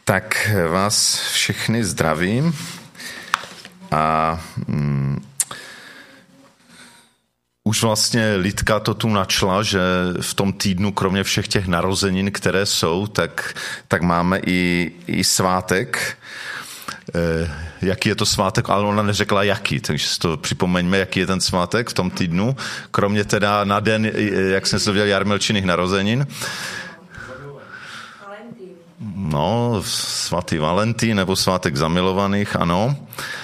Tak vás všechny zdravím a už vlastně Lidka to tu načla, že v tom týdnu, kromě všech těch narozenin, které jsou, tak máme i svátek. Jaký je to svátek, ale ona neřekla jaký, takže si to připomeňme, jaký je ten svátek v tom týdnu, kromě teda na den, jak jsem se dověděl, Jarmilčiných narozenin. No, svatý Valentín nebo svátek zamilovaných, ano.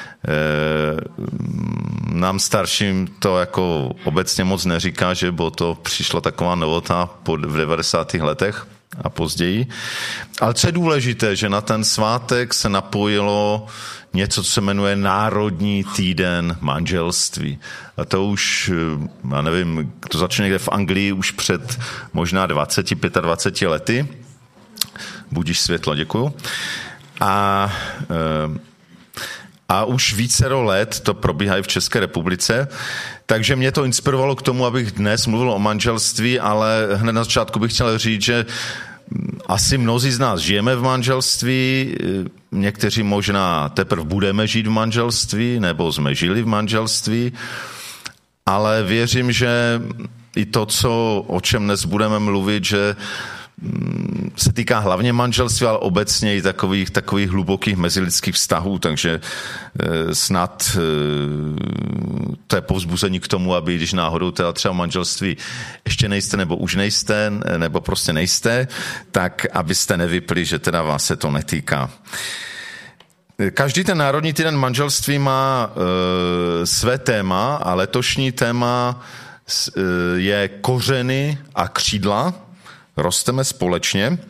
Nám starším to jako obecně moc neříká, že bo to přišla taková novota v 90. letech a později. Ale co je důležité, že na ten svátek se napojilo něco, co se jmenuje Národní týden manželství. A to už, já nevím, to začne někde v Anglii už před možná 25 lety. Budíš světlo, děkuju. A už vícero let to probíhá i v České republice, takže mě to inspirovalo k tomu, abych dnes mluvil o manželství, ale hned na začátku bych chtěl říct, že asi mnozí z nás žijeme v manželství, někteří možná teprve budeme žít v manželství, nebo jsme žili v manželství, ale věřím, že i to, o čem dnes budeme mluvit, že se týká hlavně manželství, ale obecně i takových hlubokých mezilidských vztahů, takže snad to je povzbuzení k tomu, aby když náhodou teda třeba manželství ještě nejste, nebo už nejste, nebo prostě nejste, tak abyste nevypli, že teda vás se to netýká. Každý ten Národní týden manželství má své téma a letošní téma je kořeny a křídla. Rosteme společně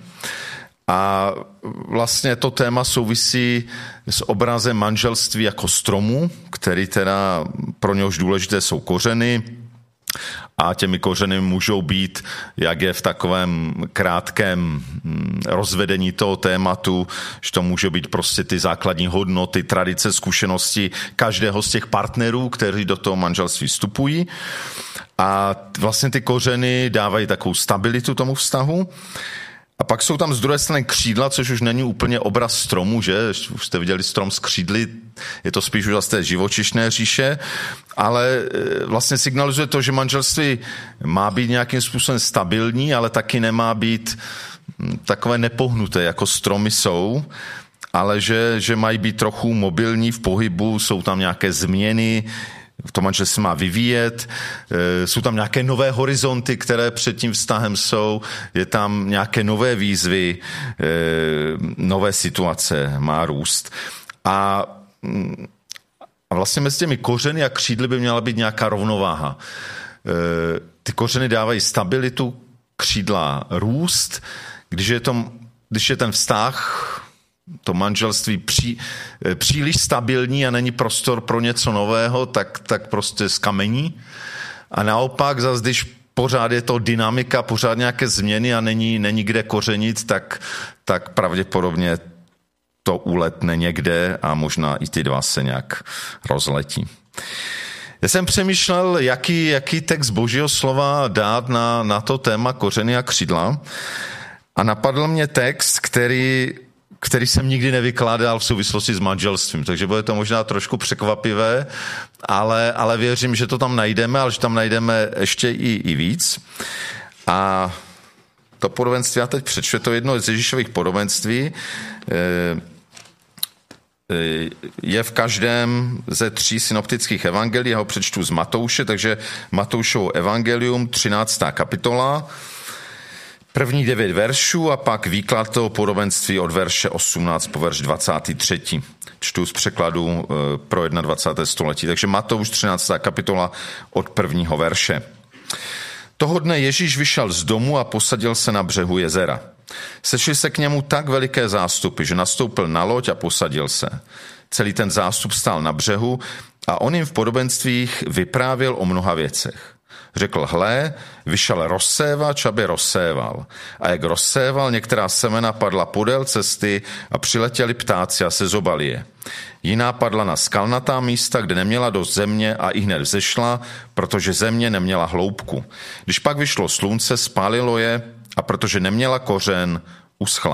a vlastně to téma souvisí s obrazem manželství jako stromu, který teda pro něhož důležité jsou kořeny a těmi kořeny můžou být, jak je v takovém krátkém rozvedení toho tématu, že to může být prostě ty základní hodnoty, tradice, zkušenosti každého z těch partnerů, kteří do toho manželství vstupují. A vlastně ty kořeny dávají takovou stabilitu tomu vztahu. A pak jsou tam z druhé strany křídla, což už není úplně obraz stromu, že? Už jste viděli strom s křídly, je to spíš už z té živočišné říše, ale vlastně signalizuje to, že manželství má být nějakým způsobem stabilní, ale taky nemá být takové nepohnuté, jako stromy jsou, ale že mají být trochu mobilní v pohybu, jsou tam nějaké změny, v tom manželství se má vyvíjet, jsou tam nějaké nové horizonty, které před tím vztahem jsou, je tam nějaké nové výzvy, nové situace, má růst. A vlastně mezi těmi kořeny a křídly by měla být nějaká rovnováha. Ty kořeny dávají stabilitu, křídla růst, když je ten vztah, to manželství příliš stabilní a není prostor pro něco nového, tak prostě zkamení. A naopak zase, když pořád je to dynamika, pořád nějaké změny a není kde kořenit, tak pravděpodobně to uletne někde a možná i ty dva se nějak rozletí. Já jsem přemýšlel, jaký text Božího slova dát na to téma kořeny a křídla a napadl mě text, který jsem nikdy nevykládal v souvislosti s manželstvím, takže bude to možná trošku překvapivé, ale věřím, že to tam najdeme, ale že tam najdeme ještě i víc. A to podobenství, já teď přečtu, je to jedno z Ježíšových podobenství, je v každém ze 3 synoptických evangelií, já ho přečtu z Matouše, takže Matoušovo evangelium, 13. kapitola, první 9 veršů a pak výklad toho podobenství od verše 18 po verš 23. Čtu z překladu pro 21. století. Takže Matouš 13. kapitola od prvního verše. Toho dne Ježíš vyšel z domu a posadil se na břehu jezera. Sešli se k němu tak veliké zástupy, že nastoupil na loď a posadil se. Celý ten zástup stál na břehu a on jim v podobenstvích vyprávěl o mnoha věcech. Řekl, hle, vyšel rozsévač, aby rozséval. A jak rozséval, některá semena padla podél cesty a přiletěli ptáci a sezobali je. Jiná padla na skalnatá místa, kde neměla dost země a ihned vzešla, protože země neměla hloubku. Když pak vyšlo slunce, spálilo je a protože neměla kořen, uschla.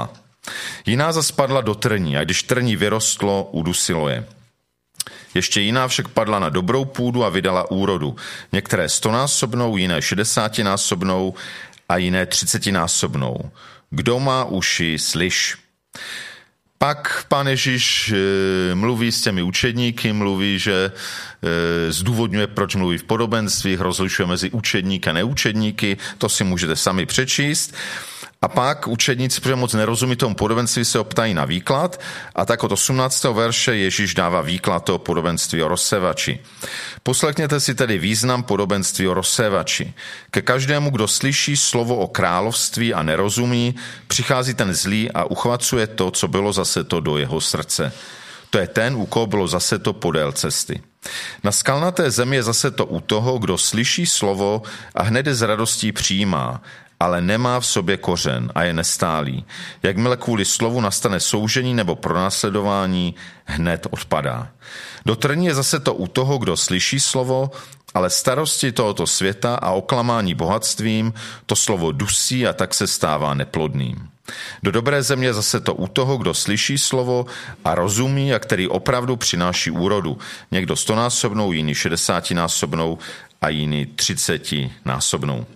Jiná zas padla do trní a když trní vyrostlo, udusilo je. Ještě jiná však padla na dobrou půdu a vydala úrodu. Některé 100násobnou, jiné 60násobnou a jiné 30násobnou. Kdo má uši, slyš. Pak pán Ježíš mluví s těmi učedníky, mluví, že zdůvodňuje, proč mluví v podobenstvích, rozlišuje mezi učedníky a neučedníky, to si můžete sami přečíst. A pak učedníci, protože moc nerozumí tomu podobenství, se optají na výklad a tak od 18. verše Ježíš dává výklad toho podobenství o rozsévači. Poslechněte si tedy význam podobenství o rozsévači. Ke každému, kdo slyší slovo o království a nerozumí, přichází ten zlý a uchvacuje to, co bylo zaseto do jeho srdce. To je ten, u koho bylo zaseto podél cesty. Na skalnaté zemi je zaseto u toho, kdo slyší slovo a hned je s radostí přijímá, ale nemá v sobě kořen a je nestálý. Jakmile kvůli slovu nastane soužení nebo pronásledování, hned odpadá. Do trní je zase to u toho, kdo slyší slovo, ale starosti tohoto světa a oklamání bohatstvím to slovo dusí a tak se stává neplodným. Do dobré země je zase to u toho, kdo slyší slovo a rozumí a který opravdu přináší úrodu. Někdo 100násobnou, jiný 60násobnou a jiný 30násobnou.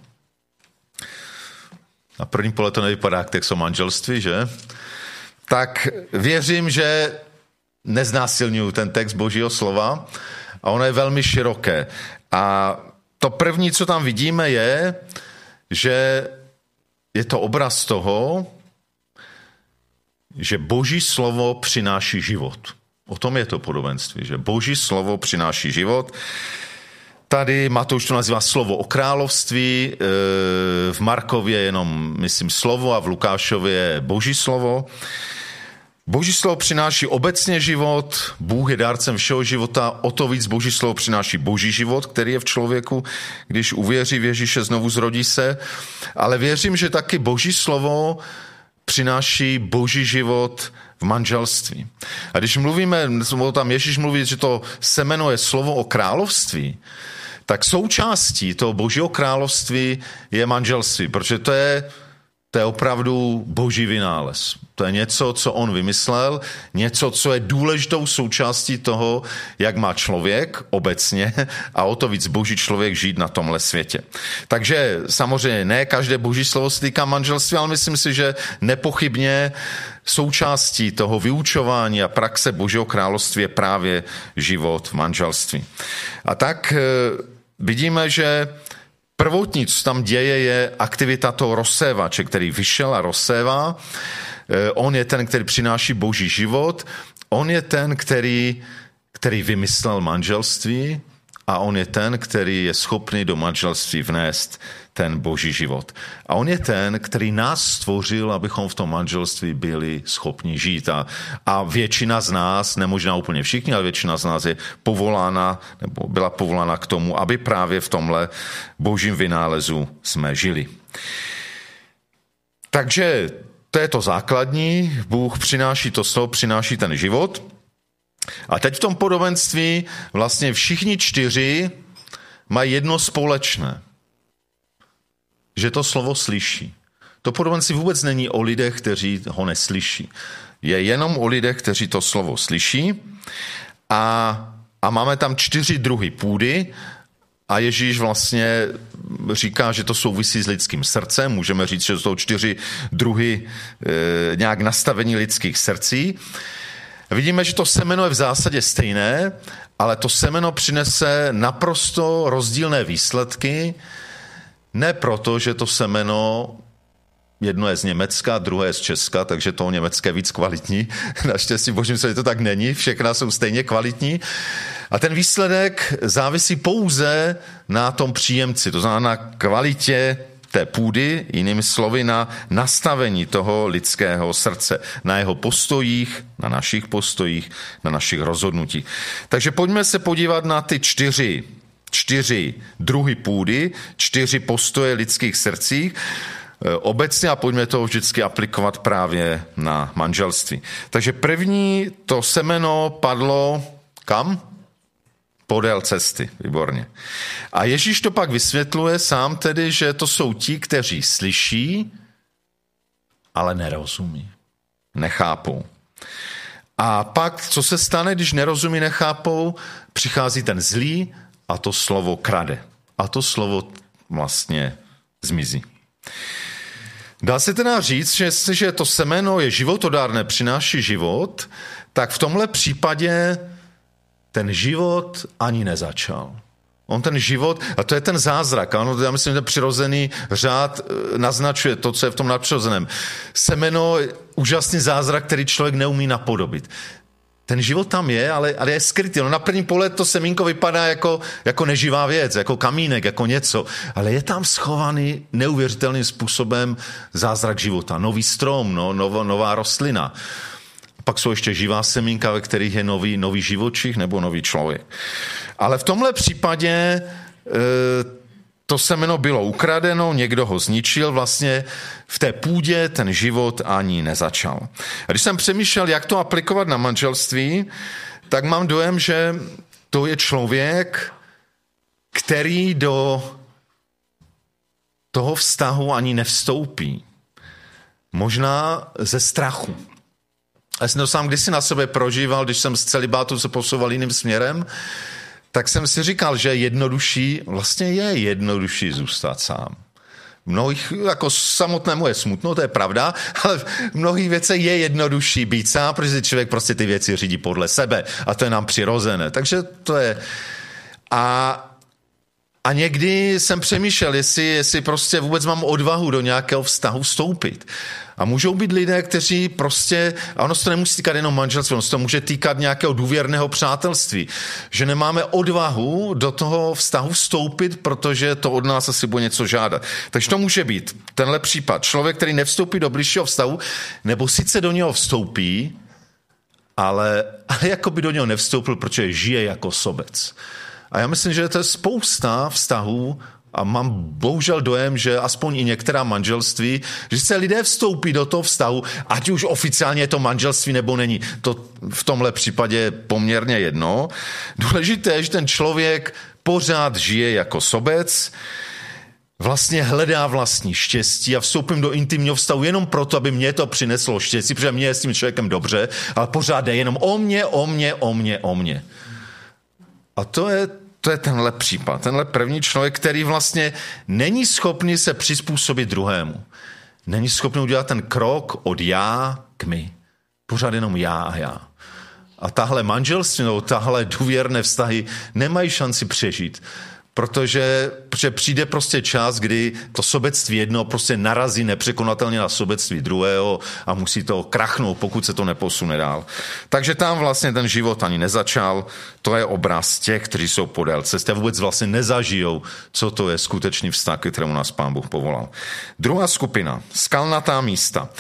Na první pohled to nevypadá jak text o manželství, že? Tak věřím, že neznásilňuju ten text Božího slova a ono je velmi široké. A to první, co tam vidíme, je, že je to obraz toho, že Boží slovo přináší život. O tom je to podobenství, že Boží slovo přináší život. Tady Matouš to nazývá slovo o království, v Markově jenom, myslím, slovo a v Lukášově je Boží slovo. Boží slovo přináší obecně život, Bůh je dárcem všeho života, o to víc Boží slovo přináší Boží život, který je v člověku, když uvěří v Ježíše, znovu zrodí se. Ale věřím, že taky Boží slovo přináší Boží život v manželství. A když mluvíme, tam Ježíš mluví, že to semeno je slovo o království, tak součástí toho Božího království je manželství, protože to je opravdu Boží vynález. To je něco, co on vymyslel, něco, co je důležitou součástí toho, jak má člověk obecně a o to víc Boží člověk žít na tomhle světě. Takže samozřejmě ne každé Boží slovo se týká manželství, ale myslím si, že nepochybně součástí toho vyučování a praxe Božího království je právě život v manželství. A tak vidíme, že prvotní, co tam děje, je aktivita toho rozsévače, který vyšel a rozsévá. On je ten, který přináší Boží život. On je ten, který vymyslel manželství a on je ten, který je schopný do manželství vnést ten Boží život. A on je ten, který nás stvořil, abychom v tom manželství byli schopni žít. A většina z nás, nemožná úplně všichni, ale většina z nás je povolána, nebo byla povolána k tomu, aby právě v tomhle Božím vynálezu jsme žili. Takže to je to základní. Bůh přináší to slovo, přináší ten život. A teď v tom podobenství vlastně všichni čtyři mají jedno společné. Že to slovo slyší. To podobenství vůbec není o lidech, kteří ho neslyší. Je jenom o lidech, kteří to slovo slyší. A máme tam 4 druhy půdy a Ježíš vlastně říká, že to souvisí s lidským srdcem. Můžeme říct, že to jsou 4 druhy nějak nastavení lidských srdcí. Vidíme, že to semeno je v zásadě stejné, ale to semeno přinese naprosto rozdílné výsledky, ne proto, že to semeno, jedno je z Německa, druhé je z Česka, takže to německé je víc kvalitní. Naštěstí božím světě to tak není, všechna jsou stejně kvalitní. A ten výsledek závisí pouze na tom příjemci, to znamená na kvalitě té půdy, jinými slovy na nastavení toho lidského srdce, na jeho postojích, na našich postojích, na našich rozhodnutích. Takže pojďme se podívat na ty 4 druhy půdy, 4 postoje lidských srdcích obecně a pojďme to vždycky aplikovat právě na manželství. Takže první to semeno padlo kam? Podél cesty, výborně. A Ježíš to pak vysvětluje sám tedy, že to jsou ti, kteří slyší, ale nerozumí. nechápou. A pak, co se stane, když nerozumí, nechápou, přichází ten zlý a to slovo krade. A to slovo vlastně zmizí. Dá se teda říct, že jestliže to semeno je životodárné, přináší život, tak v tomhle případě ten život ani nezačal. On ten život, a to je ten zázrak, ano, já myslím, že ten přirozený řád naznačuje to, co je v tom nadpřirozeném. Semeno je úžasný zázrak, který člověk neumí napodobit. Ten život tam je, ale je skrytý. No, na první pohled to semínko vypadá jako neživá věc, jako kamínek, jako něco, ale je tam schovaný neuvěřitelným způsobem zázrak života. Nový strom, nová rostlina. Pak jsou ještě živá semínka, ve kterých je nový živočich nebo nový člověk. Ale v tomhle případě to semeno bylo ukradeno, někdo ho zničil, vlastně v té půdě ten život ani nezačal. A když jsem přemýšlel, jak to aplikovat na manželství, tak mám dojem, že to je člověk, který do toho vztahu ani nevstoupí. Možná ze strachu. Já jsem to sám kdysi na sebe prožíval, když jsem z celibátu se posouval jiným směrem, tak jsem si říkal, že vlastně je jednodušší zůstat sám. Mnohých, jako samotnému je smutno, to je pravda, ale v mnohých věcech je jednodušší být sám, protože člověk prostě ty věci řídí podle sebe a to je nám přirozené. Takže to je... A někdy jsem přemýšlel, jestli prostě vůbec mám odvahu do nějakého vztahu vstoupit. A můžou být lidé, kteří prostě, a ono se to nemusí týkat jenom manželství, ono se to může týkat nějakého důvěrného přátelství, že nemáme odvahu do toho vztahu vstoupit, protože to od nás asi bude něco žádat. Takže to může být tenhle případ. Člověk, který nevstoupí do bližšího vztahu, nebo sice do něho vstoupí, ale jako by do něho nevstoupil, protože žije jako sobec. A já myslím, že to je spousta vztahů a mám bohužel dojem, že aspoň i některá manželství, že se lidé vstoupí do toho vztahu, ať už oficiálně je to manželství nebo není. To v tomhle případě je poměrně jedno. Důležité je, že ten člověk pořád žije jako sobec, vlastně hledá vlastní štěstí a vstoupím do intimního vztahu jenom proto, aby mě to přineslo štěstí, protože mě je s tím člověkem dobře, ale pořád je jenom o mně. A to je tenhle případ, tenhle první člověk, který vlastně není schopný se přizpůsobit druhému. Není schopný udělat ten krok od já k my. Pořád jenom já a já. A tahle manželství, tahle důvěrné vztahy nemají šanci přežít. Protože přijde prostě čas, kdy to sobectví jedno prostě narazí nepřekonatelně na sobectví druhého a musí to krachnout, pokud se to neposune dál. Takže tam vlastně ten život ani nezačal. To je obraz těch, kteří jsou podél cesty a vůbec vlastně nezažijou, co to je skutečný vztah, kterému nás Pán Bůh povolal. Druhá skupina, skalnatá místa.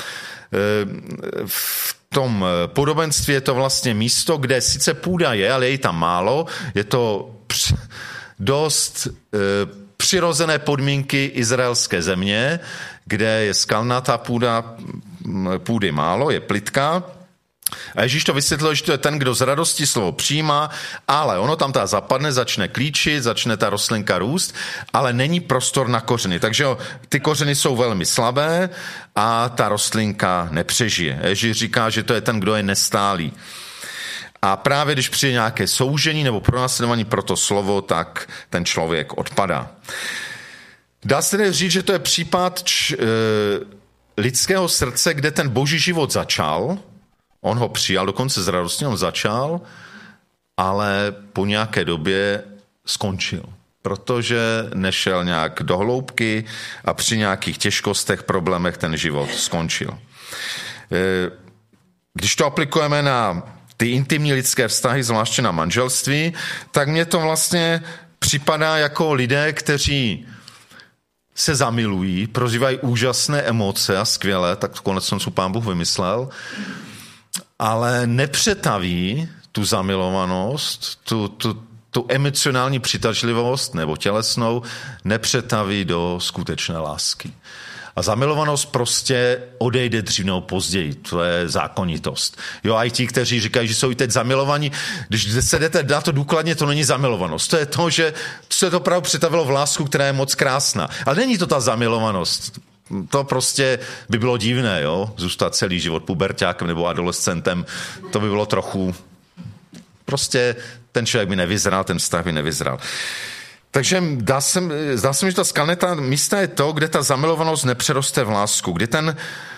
V tom podobenství je to vlastně místo, kde sice půda je, ale je tam málo, je to dost přirozené podmínky izraelské země, kde je skalnatá půdy málo, je plytká. A Ježíš to vysvětlil, že to je ten, kdo z radosti slovo přijímá, ale ono tam zapadne, začne klíčit, začne ta rostlinka růst, ale není prostor na kořeny. Takže ty kořeny jsou velmi slabé a ta rostlinka nepřežije. Ježíš říká, že to je ten, kdo je nestálý. A právě když přijde nějaké soužení nebo pronásledování pro to slovo, tak ten člověk odpadá. Dá se tedy říct, že to je případ lidského srdce, kde ten boží život začal, on ho přijal, dokonce z radosti on začal, ale po nějaké době skončil, protože nešel nějak do hloubky a při nějakých těžkostech, problémech ten život skončil. Když to aplikujeme na ty intimní lidské vztahy, zvláště na manželství, tak mně to vlastně připadá jako lidé, kteří se zamilují, prožívají úžasné emoce a skvěle, tak to konec konců Pán Bůh vymyslel, ale nepřetaví tu zamilovanost, tu emocionální přitažlivost nebo tělesnou, nepřetaví do skutečné lásky. A zamilovanost prostě odejde dřív nebo později. To je zákonitost. Jo, a i ti, kteří říkají, že jsou i teď zamilovaní, když se jdete na to důkladně, to není zamilovanost. To je to, že se to opravdu přetavilo v lásku, která je moc krásná. Ale není to ta zamilovanost. To prostě by bylo divné, jo? Zůstat celý život puberťákem nebo adolescentem, to by bylo trochu... Prostě ten člověk by nevyzral, ten vztah by nevyzral. Takže zdá se mi, že ta skalnatá místa je to, kde ta zamilovanost nepřeroste v lásku, kde ten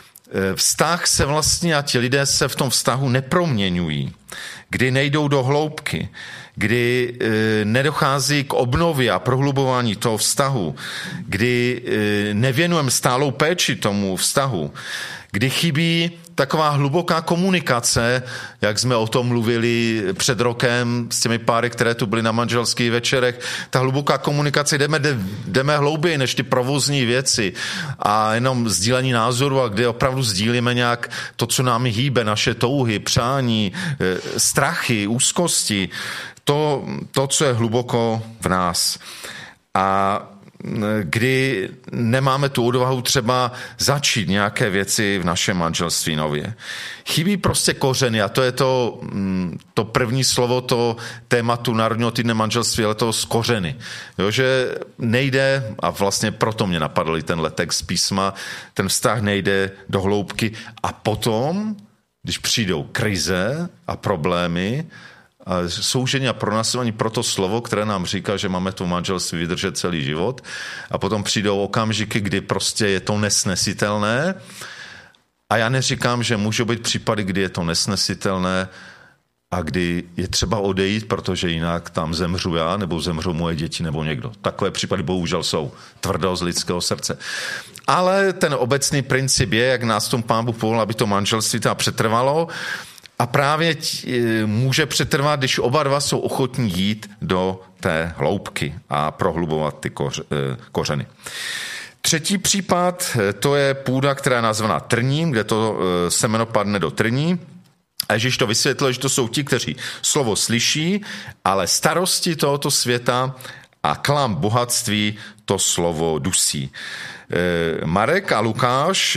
vztah se vlastně a ti lidé se v tom vztahu neproměňují, kdy nejdou do hloubky, kdy nedochází k obnově a prohlubování toho vztahu, kdy nevěnujeme stálou péči tomu vztahu, kdy chybí taková hluboká komunikace, jak jsme o tom mluvili před rokem s těmi páry, které tu byly na manželských večerech. Ta hluboká komunikace, jdeme hlouběji než ty provozní věci a jenom sdílení názoru, a kde opravdu sdílíme nějak to, co nám hýbe, naše touhy, přání, strachy, úzkosti, to, co je hluboko v nás. A kdy nemáme tu odvahu třeba začít nějaké věci v našem manželství nově. Chybí prostě kořeny a to je to první slovo, to tématu Národního týdne manželství, ale to z kořeny. Jo, že nejde, a vlastně proto mě napadl tenhle text z písma, ten vztah nejde do hloubky a potom, když přijdou krize a problémy, a soužení a pronásledování pro to slovo, které nám říká, že máme to manželství vydržet celý život, a potom přijdou okamžiky, kdy prostě je to nesnesitelné, a já neříkám, že můžou být případy, kdy je to nesnesitelné a kdy je třeba odejít, protože jinak tam zemřu já, nebo zemřou moje děti, nebo někdo. Takové případy bohužel jsou. Tvrdost lidského srdce. Ale ten obecný princip je, jak nás tom Pán Bůh povolal, aby to manželství tam přetrvalo, a právě může přetrvat, když oba dva jsou ochotní jít do té hloubky a prohlubovat ty kořeny. Třetí případ, to je půda, která je nazvaná trním, kde to semeno padne do trní. A Ježíš to vysvětlil, že to jsou ti, kteří slovo slyší, ale starosti tohoto světa a klam bohatství to slovo dusí. Marek a Lukáš,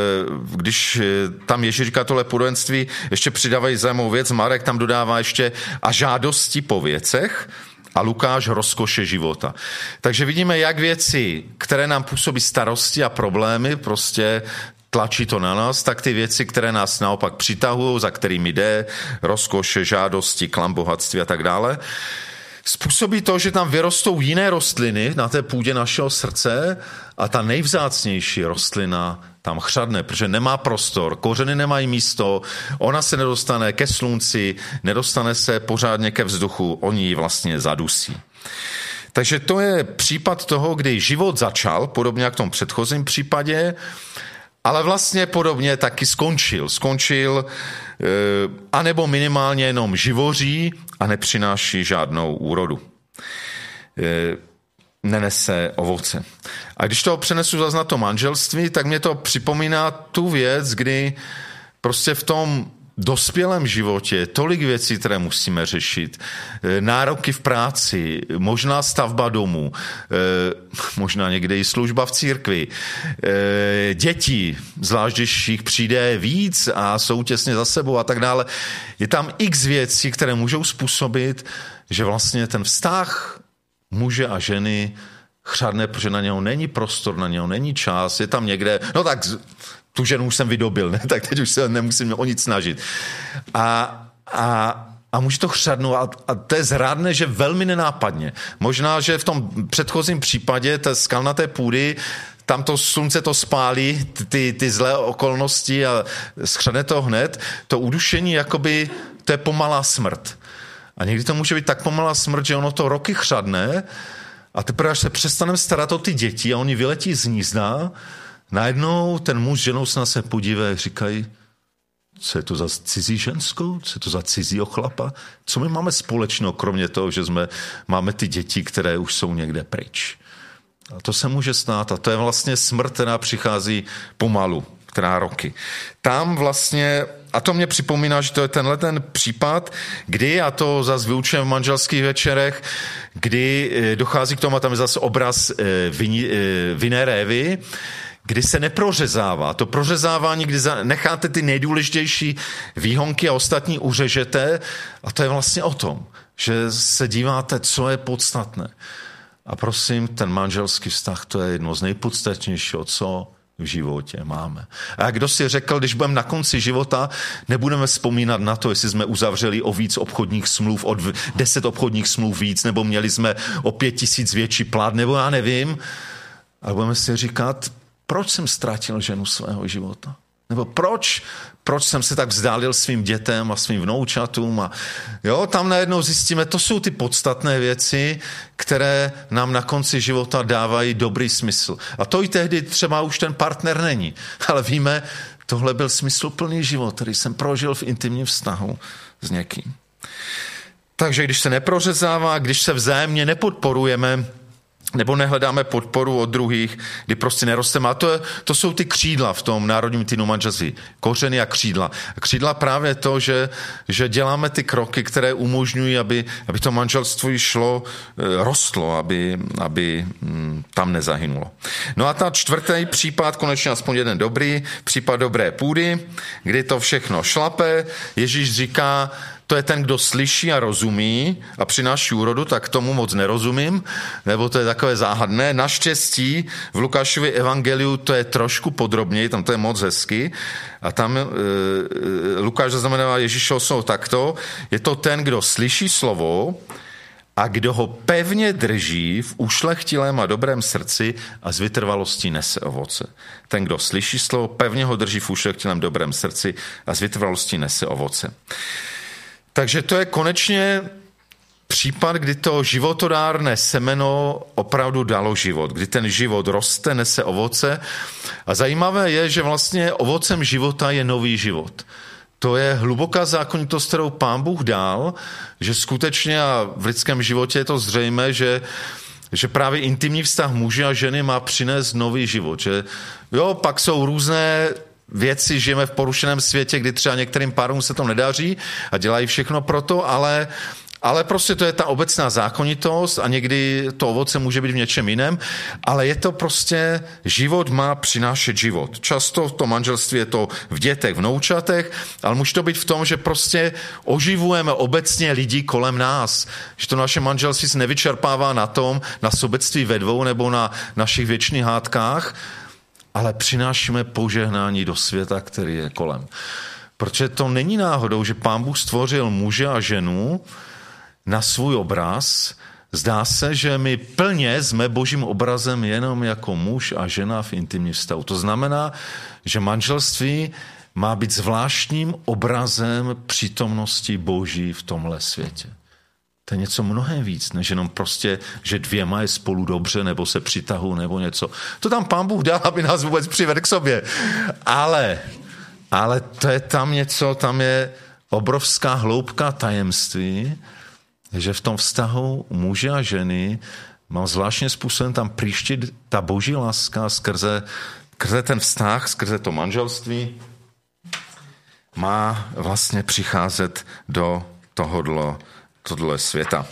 když tam Ježíš říká tohle podobenství, ještě přidávají zajímavou věc. Marek tam dodává ještě a žádosti po věcech a Lukáš rozkoše života. Takže vidíme, jak věci, které nám působí starosti a problémy, prostě tlačí to na nás, tak ty věci, které nás naopak přitahují, za kterými jde, rozkoše, žádosti, klam bohatství a tak dále, způsobí to, že tam vyrostou jiné rostliny na té půdě našeho srdce a ta nejvzácnější rostlina tam chřadne, protože nemá prostor, kořeny nemají místo, ona se nedostane ke slunci, nedostane se pořádně ke vzduchu, oni ji vlastně zadusí. Takže to je případ toho, kdy život začal, podobně jak v tom předchozím případě, ale vlastně podobně taky skončil, anebo minimálně jenom živoří a nepřináší žádnou úrodu. Nenese ovoce. A když to přenesu zase na to manželství, tak mě to připomíná tu věc, kdy prostě v tom dospělém životě je tolik věcí, které musíme řešit. Nároky v práci, možná stavba domu, možná někde i služba v církvi, děti, zvlášť když jich přijde víc a jsou těsně za sebou a tak dále. Je tam x věcí, které můžou způsobit, že vlastně ten vztah muže a ženy chřadne, protože na něho není prostor, na něho není čas, je tam někde, no tak tu ženu už jsem vydobil, ne? Tak teď už se nemusím o nic snažit. A může to chřadnout a to je zrádné, že velmi nenápadně. Možná, že v tom předchozím případě té skalnaté půdy, tam to slunce to spálí, ty zlé okolnosti a schřadne to hned. To udušení, jakoby, to je pomalá smrt. A někdy to může být tak pomalá smrt, že ono to roky chřadne a teprve, až se přestaneme starat o ty děti a oni vyletí z hnízda, najednou ten muž s ženou se na se podívají a říkají, co je to za cizí ženskou, co je to za cizího chlapa, co my máme společného, kromě toho, že máme ty děti, které už jsou někde pryč. A to se může stát a to je vlastně smrt, která přichází pomalu, která roky. Tam vlastně, a to mě připomíná, že to je tenhle ten případ, kdy, a to zase vyučujeme v manželských večerech, kdy dochází k tomu, a tam je zase obraz vinné révy, kdy se neprořezává. To prořezávání, kdy necháte ty nejdůležitější výhonky a ostatní uřežete, a to je vlastně o tom, že se díváte, co je podstatné. A prosím, ten manželský vztah, to je jedno z nejpodstatnějšího, co v životě máme. A kdo si řekl, když budeme na konci života, nebudeme vzpomínat na to, jestli jsme uzavřeli o víc obchodních smluv, o 10 obchodních smluv víc, nebo měli jsme o 5 000 větší plat, nebo já nevím. Ale budeme si říkat, proč jsem ztratil ženu svého života? Nebo proč jsem se tak vzdálil svým dětem a svým vnoučatům? A jo, tam najednou zjistíme, to jsou ty podstatné věci, které nám na konci života dávají dobrý smysl. A to i tehdy třeba už ten partner není. Ale víme, tohle byl smysluplný život, který jsem prožil v intimním vztahu s někým. Takže když se neprořezává, když se vzájemně nepodporujeme, nebo nehledáme podporu od druhých, kdy prostě nerosteme. A to jsou ty křídla v tom národním týdnu manželství. Kořeny a křídla. A křídla právě to, že děláme ty kroky, které umožňují, aby to manželství rostlo, aby tam nezahynulo. No a ta čtvrtý případ, konečně aspoň jeden dobrý, případ dobré půdy, kdy to všechno šlape. Ježíš říká, to je ten, kdo slyší a rozumí a přináší úrodu, tak tomu moc nerozumím, nebo to je takové záhadné. Naštěstí v Lukášově evangeliu to je trošku podrobněji, tam to je moc hezky a tam Lukáš zaznamenává Ježíšovo slovo takto. Je to ten, kdo slyší slovo a kdo ho pevně drží v ušlechtilém a dobrém srdci a z vytrvalostí nese ovoce. Ten, kdo slyší slovo, pevně ho drží v ušlechtilém dobrém srdci a z vytrvalostí nese ovoce. Takže to je konečně případ, kdy to životodárné semeno opravdu dalo život, kdy ten život roste, nese ovoce. A zajímavé je, že vlastně ovocem života je nový život. To je hluboká zákonitost, kterou Pán Bůh dal, že skutečně a v lidském životě je to zřejmé, že právě intimní vztah muže a ženy má přinést nový život. Že jo, pak jsou různé věci, žijeme v porušeném světě, kdy třeba některým párům se to nedaří a dělají všechno pro to, ale prostě to je ta obecná zákonitost a někdy to ovoce může být v něčem jiném, ale je to prostě, život má přinášet život. Často v tom manželství je to v dětech, vnoučatech, ale může to být v tom, že prostě oživujeme obecně lidi kolem nás, že to naše manželství se nevyčerpává na sobectví ve dvou nebo na našich věčných hádkách, ale přinášíme požehnání do světa, který je kolem. Protože to není náhodou, že Pán Bůh stvořil muže a ženu na svůj obraz. Zdá se, že my plně jsme Božím obrazem jenom jako muž a žena v intimním vztahu. To znamená, že manželství má být zvláštním obrazem přítomnosti Boží v tomhle světě. To je něco mnohem víc, než jenom prostě, že dvěma je spolu dobře, nebo se přitahují, nebo něco. To tam Pán Bůh dal, aby nás vůbec přivedl k sobě. Ale to je tam něco, tam je obrovská hloubka tajemství, že v tom vztahu muže a ženy mám zvláštním způsobem tam příštit ta Boží láska skrze ten vztah, skrze to manželství má vlastně přicházet do tohle světa.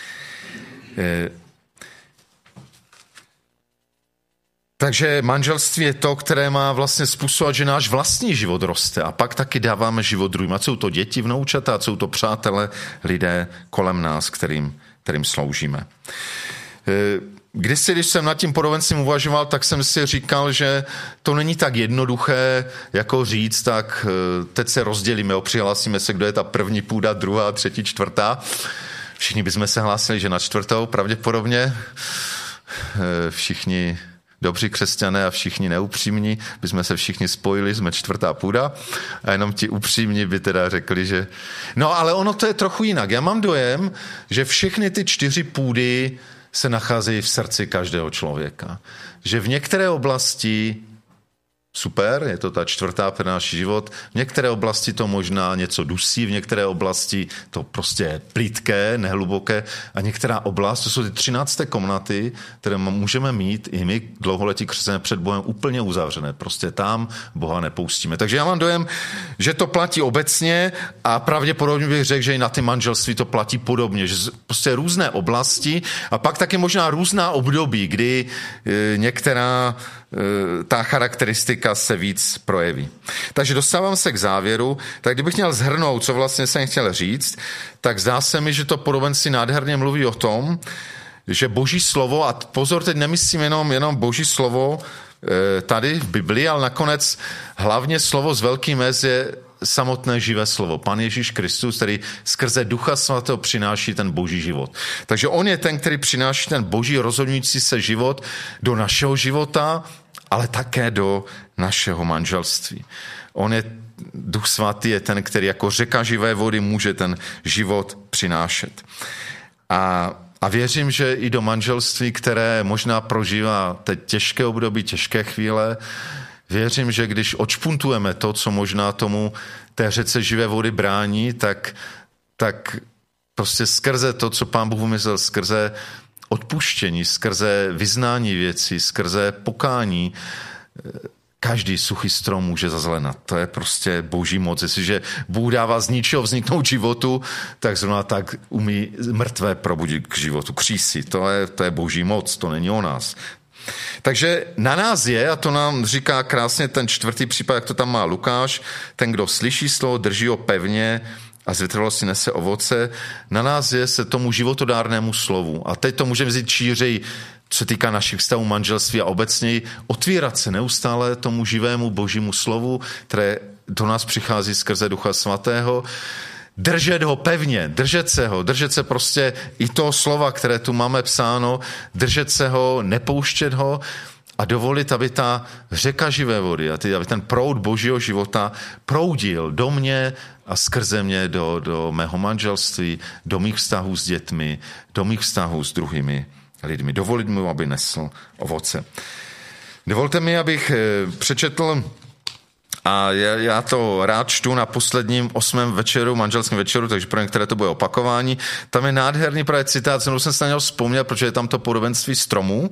Takže manželství je to, které má vlastně způsobovat, že náš vlastní život roste a pak taky dáváme život druhým. A jsou to děti, vnoučata, jsou to přátelé, lidé kolem nás, kterým sloužíme. Když jsem nad tím podobenstvím uvažoval, tak jsem si říkal, že to není tak jednoduché, jako říct, tak teď se rozdělíme, přihlásíme se, kdo je ta první půda, druhá, třetí, čtvrtá. Všichni bychom se hlásili, že na čtvrtou pravděpodobně. Všichni dobří křesťané a všichni neupřímní, bychom se všichni spojili, jsme čtvrtá půda a jenom ti upřímní by teda řekli, že... No ale ono to je trochu jinak. Já mám dojem, že všechny ty 4 půdy se nacházejí v srdci každého člověka. Že v některé oblasti super, je to ta čtvrtá pro náš život, v některé oblasti to možná něco dusí, v některé oblasti to prostě je plítké, nehluboké a některá oblast, to jsou ty 13. komnaty, které můžeme mít i my dlouholetí křesťané před Bohem úplně uzavřené. Prostě tam Boha nepustíme. Takže já mám dojem, že to platí obecně a pravděpodobně bych řekl, že i na ty manželství to platí podobně, že prostě různé oblasti a pak taky možná různá období, kdy některá ta charakteristika se víc projeví. Takže dostávám se k závěru, tak kdybych měl shrnout, co vlastně jsem chtěl říct, tak zdá se mi, že to podobenství nádherně mluví o tom, že Boží slovo, a pozor, teď nemyslím jenom Boží slovo tady v Biblii, ale nakonec hlavně slovo s velkým S je samotné živé slovo. Pan Ježíš Kristus, který skrze Ducha Svatého přináší ten boží život. Takže on je ten, který přináší ten boží rozhodňující se život do našeho života, ale také do našeho manželství. On je, Duch Svatý je ten, který jako řeka živé vody může ten život přinášet. A věřím, že i do manželství, které možná prožívá teď těžké období, těžké chvíle, věřím, že když odšpuntujeme to, co možná tomu té řece živé vody brání, tak prostě skrze to, co Pán Bůh vymyslel, skrze odpuštění, skrze vyznání věcí, skrze pokání, každý suchý strom může zazelenat. To je prostě boží moc. Jestliže Bůh dává z ničeho vzniknout životu, tak zrovna tak umí mrtvé probudit k životu, křísi. To je boží moc, to není o nás. Takže na nás je, a to nám říká krásně ten 4. případ, jak to tam má Lukáš, ten, kdo slyší slovo, drží ho pevně a z vytrvalosti nese ovoce, na nás je se tomu životodárnému slovu. A teď to můžeme vzít šířej, co se týká našich vztahů manželství a obecněji, otvírat se neustále tomu živému božímu slovu, které do nás přichází skrze Ducha Svatého, držet ho pevně, držet se prostě i toho slova, které tu máme psáno, držet se ho, nepouštět ho a dovolit, aby ta řeka živé vody, aby ten proud božího života proudil do mě a skrze mě do mého manželství, do mých vztahů s dětmi, do mých vztahů s druhými lidmi. Dovolit mu, aby nesl ovoce. Dovolte mi, abych přečetl, a já to rád čtu na posledním 8. večeru, manželském večeru, takže pro některé to bude opakování. Tam je nádherný právě citát, kterou jsem se na něho vzpomněl, protože je tam to podobenství stromů.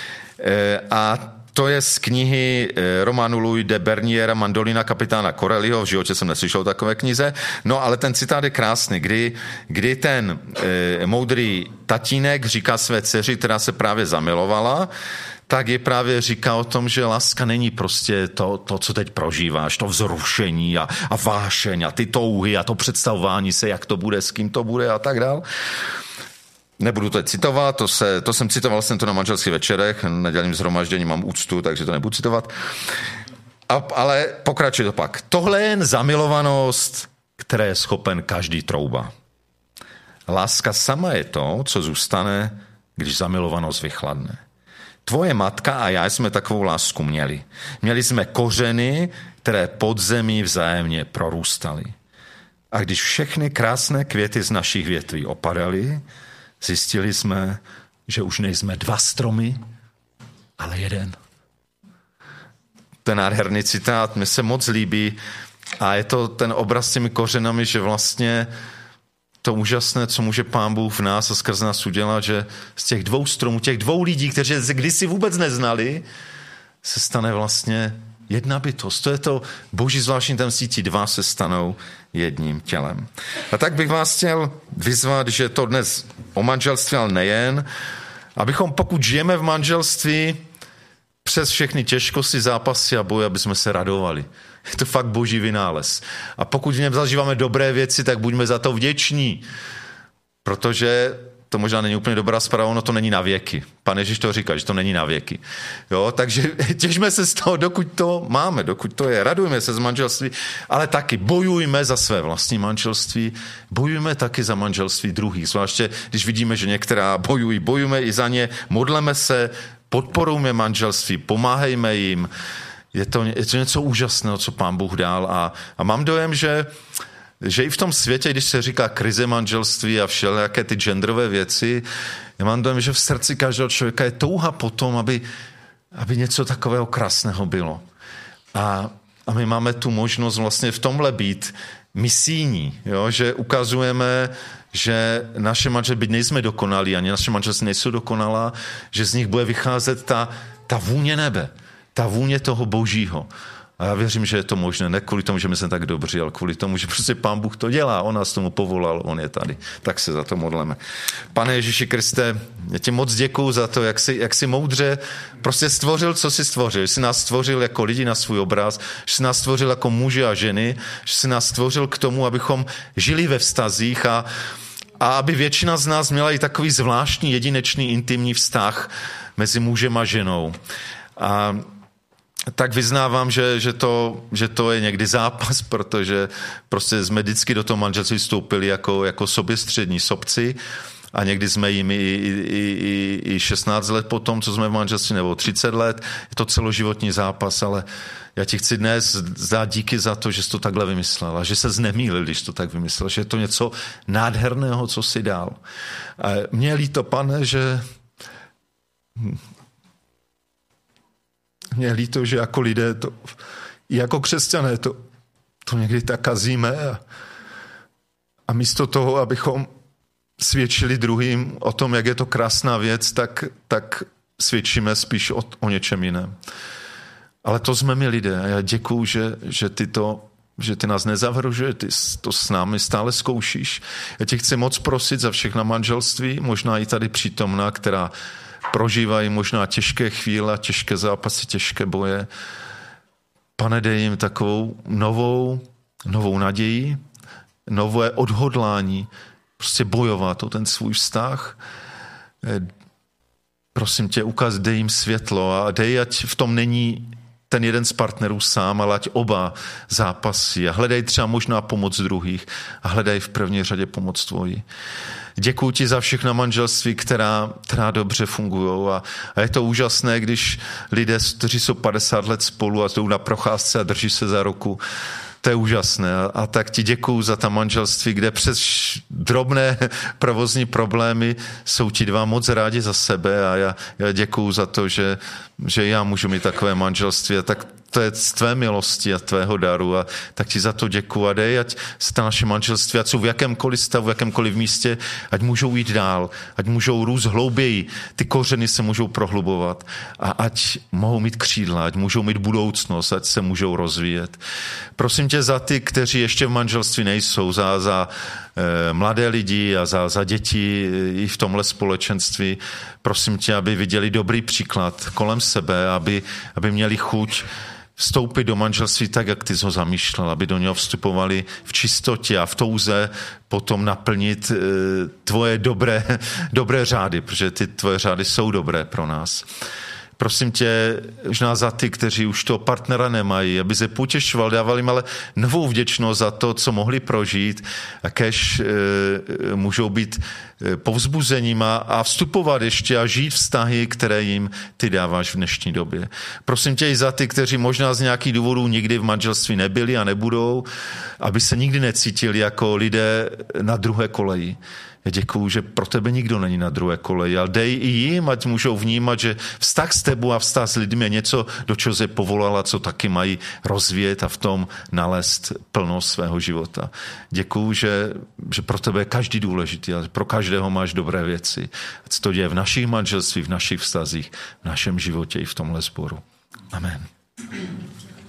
A to je z knihy Romanu Louis de Berniera Mandolina kapitána Corelliho. V životě jsem neslyšel o takové knize. No, ale ten citát je krásný, kdy ten moudrý tatínek říká své dceři, která se právě zamilovala, tak je právě říká o tom, že láska není prostě to, co teď prožíváš, to vzrušení a vášeň a ty touhy a to představování se, jak to bude, s kým to bude a tak dál. Nebudu to citovat, jsem citoval jsem to na manželských večerech, nedělím shromaždění, mám úctu, takže to nebudu citovat. Ale pokračuje to pak. Tohle je jen zamilovanost, které je schopen každý trouba. Láska sama je to, co zůstane, když zamilovanost vychladne. Tvoje matka a já jsme takovou lásku měli. Měli jsme kořeny, které pod zemí vzájemně prorůstaly. A když všechny krásné květy z našich větví opadaly, zjistili jsme, že už nejsme 2 stromy, ale 1. Ten nádherný citát mi se moc líbí a je to ten obraz s těmi kořenami, že vlastně to úžasné, co může Pán Bůh v nás a skrze nás udělat, že z těch 2 stromů, těch 2 lidí, kteří se kdysi vůbec neznali, se stane vlastně 1 bytost. To je to boží zvláštní tajemství, ti 2 se stanou jedním tělem. A tak bych vás chtěl vyzvat, že to dnes o manželství, ale nejen, abychom pokud žijeme v manželství, přes všechny těžkosti, zápasy a boje, aby jsme se radovali. Je to fakt boží vynález. A pokud v něm zažíváme dobré věci, tak buďme za to vděční. Protože to možná není úplně dobrá zpráva, ono to není na věky. Pan Ježíš to říká, že to není na věky. Jo, takže těžme se z toho, dokud to máme, dokud to je. Radujme se z manželství, ale taky bojujme za své vlastní manželství, bojujme taky za manželství druhých. Zvláště, když vidíme, že některá bojují, bojujme i za ně, modleme se, podporujme manželství, pomáhejme jim. Je to něco úžasného, co Pán Bůh dal a mám dojem, že i v tom světě, když se říká krize manželství a všelijaké ty genderové věci, já mám dojem, že v srdci každého člověka je touha po tom, aby něco takového krásného bylo. A my máme tu možnost vlastně v tomhle být misijní, jo? Že ukazujeme, že naše manželství, byť nejsme dokonalí, ani naše manželství nejsou dokonalá, že z nich bude vycházet ta vůně nebe, ta vůně toho božího. A já věřím, že je to možné, ne kvůli tomu, že my jsme tak dobří, ale kvůli tomu, že prostě Pán Bůh to dělá, on nás tomu povolal, on je tady. Tak se za to modleme. Pane Ježíši Kriste, já ti moc děkuju za to, jak jsi moudře prostě stvořil, co jsi stvořil. Že jsi nás stvořil jako lidi na svůj obraz, že jsi nás stvořil jako muži a ženy, že jsi nás stvořil k tomu, abychom žili ve vztazích a aby většina z nás měla i takový zvláštní, jedinečný, intimní vztah mezi mužem a ženou. tak vyznávám, že to je někdy zápas, protože prostě jsme vždycky do toho manželství vstoupili jako soběstřední sobci a někdy jsme jim i 16 let potom, co jsme v manželství, nebo 30 let. Je to celoživotní zápas, ale já ti chci dnes dát díky za to, že jsi to takhle vymyslel a že se nemýlil, když to tak vymyslel, že je to něco nádherného, co jsi dal. A mě je líto, Pane, že mě je líto, že jako lidé, i jako křesťané, to někdy tak kazíme a místo toho, abychom svědčili druhým o tom, jak je to krásná věc, tak svědčíme spíš o něčem jiném. Ale to jsme my lidé a já děkuju, že ty nás nezavržuje, ty to s námi stále zkoušíš. Já tě chci moc prosit za všechna manželství, možná i tady přítomná, která prožívají možná těžké chvíle, těžké zápasy, těžké boje. Pane, dej jim takovou novou naději, nové odhodlání, prostě bojovat o ten svůj vztah. Prosím tě, dej jim světlo a dej, ať v tom není ten jeden z partnerů sám, ale ať oba zápasí a hledaj třeba možná pomoc druhých a hledaj v první řadě pomoc tvoji. Děkuji ti za všechna manželství, která dobře fungují a je to úžasné, když lidé, kteří jsou 50 let spolu a jdou na procházce a drží se za ruku. To je úžasné a tak ti děkuju za ta manželství, kde přes drobné provozní problémy jsou ti dva moc rádi za sebe a já děkuju za to, že já můžu mít takové manželství a tak to je z tvé milosti a tvého daru a tak ti za to děkuju a dej, ať se ta naše manželství, ať jsou v jakémkoliv stavu, v jakémkoliv místě, ať můžou jít dál, ať můžou růst hlouběji, ty kořeny se můžou prohlubovat a ať mohou mít křídla, ať můžou mít budoucnost, ať se můžou rozvíjet. Prosím tě za ty, kteří ještě v manželství nejsou, za mladé lidi a za děti i v tomhle společenství. Prosím tě, aby viděli dobrý příklad kolem sebe, aby měli chuť vstoupit do manželství tak, jak ty jsi ho zamýšlel, aby do něho vstupovali v čistotě a v touze potom naplnit tvoje dobré řády, protože ty tvoje řády jsou dobré pro nás. Prosím tě, možná za ty, kteří už toho partnera nemají, aby se potěšoval, dával jim ale novou vděčnost za to, co mohli prožít a kež můžou být povzbuzením a vstupovat ještě a žít vztahy, které jim ty dáváš v dnešní době. Prosím tě i za ty, kteří možná z nějakých důvodů nikdy v manželství nebyli a nebudou, aby se nikdy necítili jako lidé na druhé koleji. Já děkuju, že pro tebe nikdo není na druhé koleji, ale dej i jim, ať můžou vnímat, že vztah s tebou a vztah s lidmi je něco, do čeho se povolala, co taky mají rozvíjet a v tom nalézt plnost svého života. Děkuju, že pro tebe je každý důležitý a pro každého máš dobré věci. Ať se to děje v našich manželstvích, v našich vztazích, v našem životě i v tomhle sboru. Amen.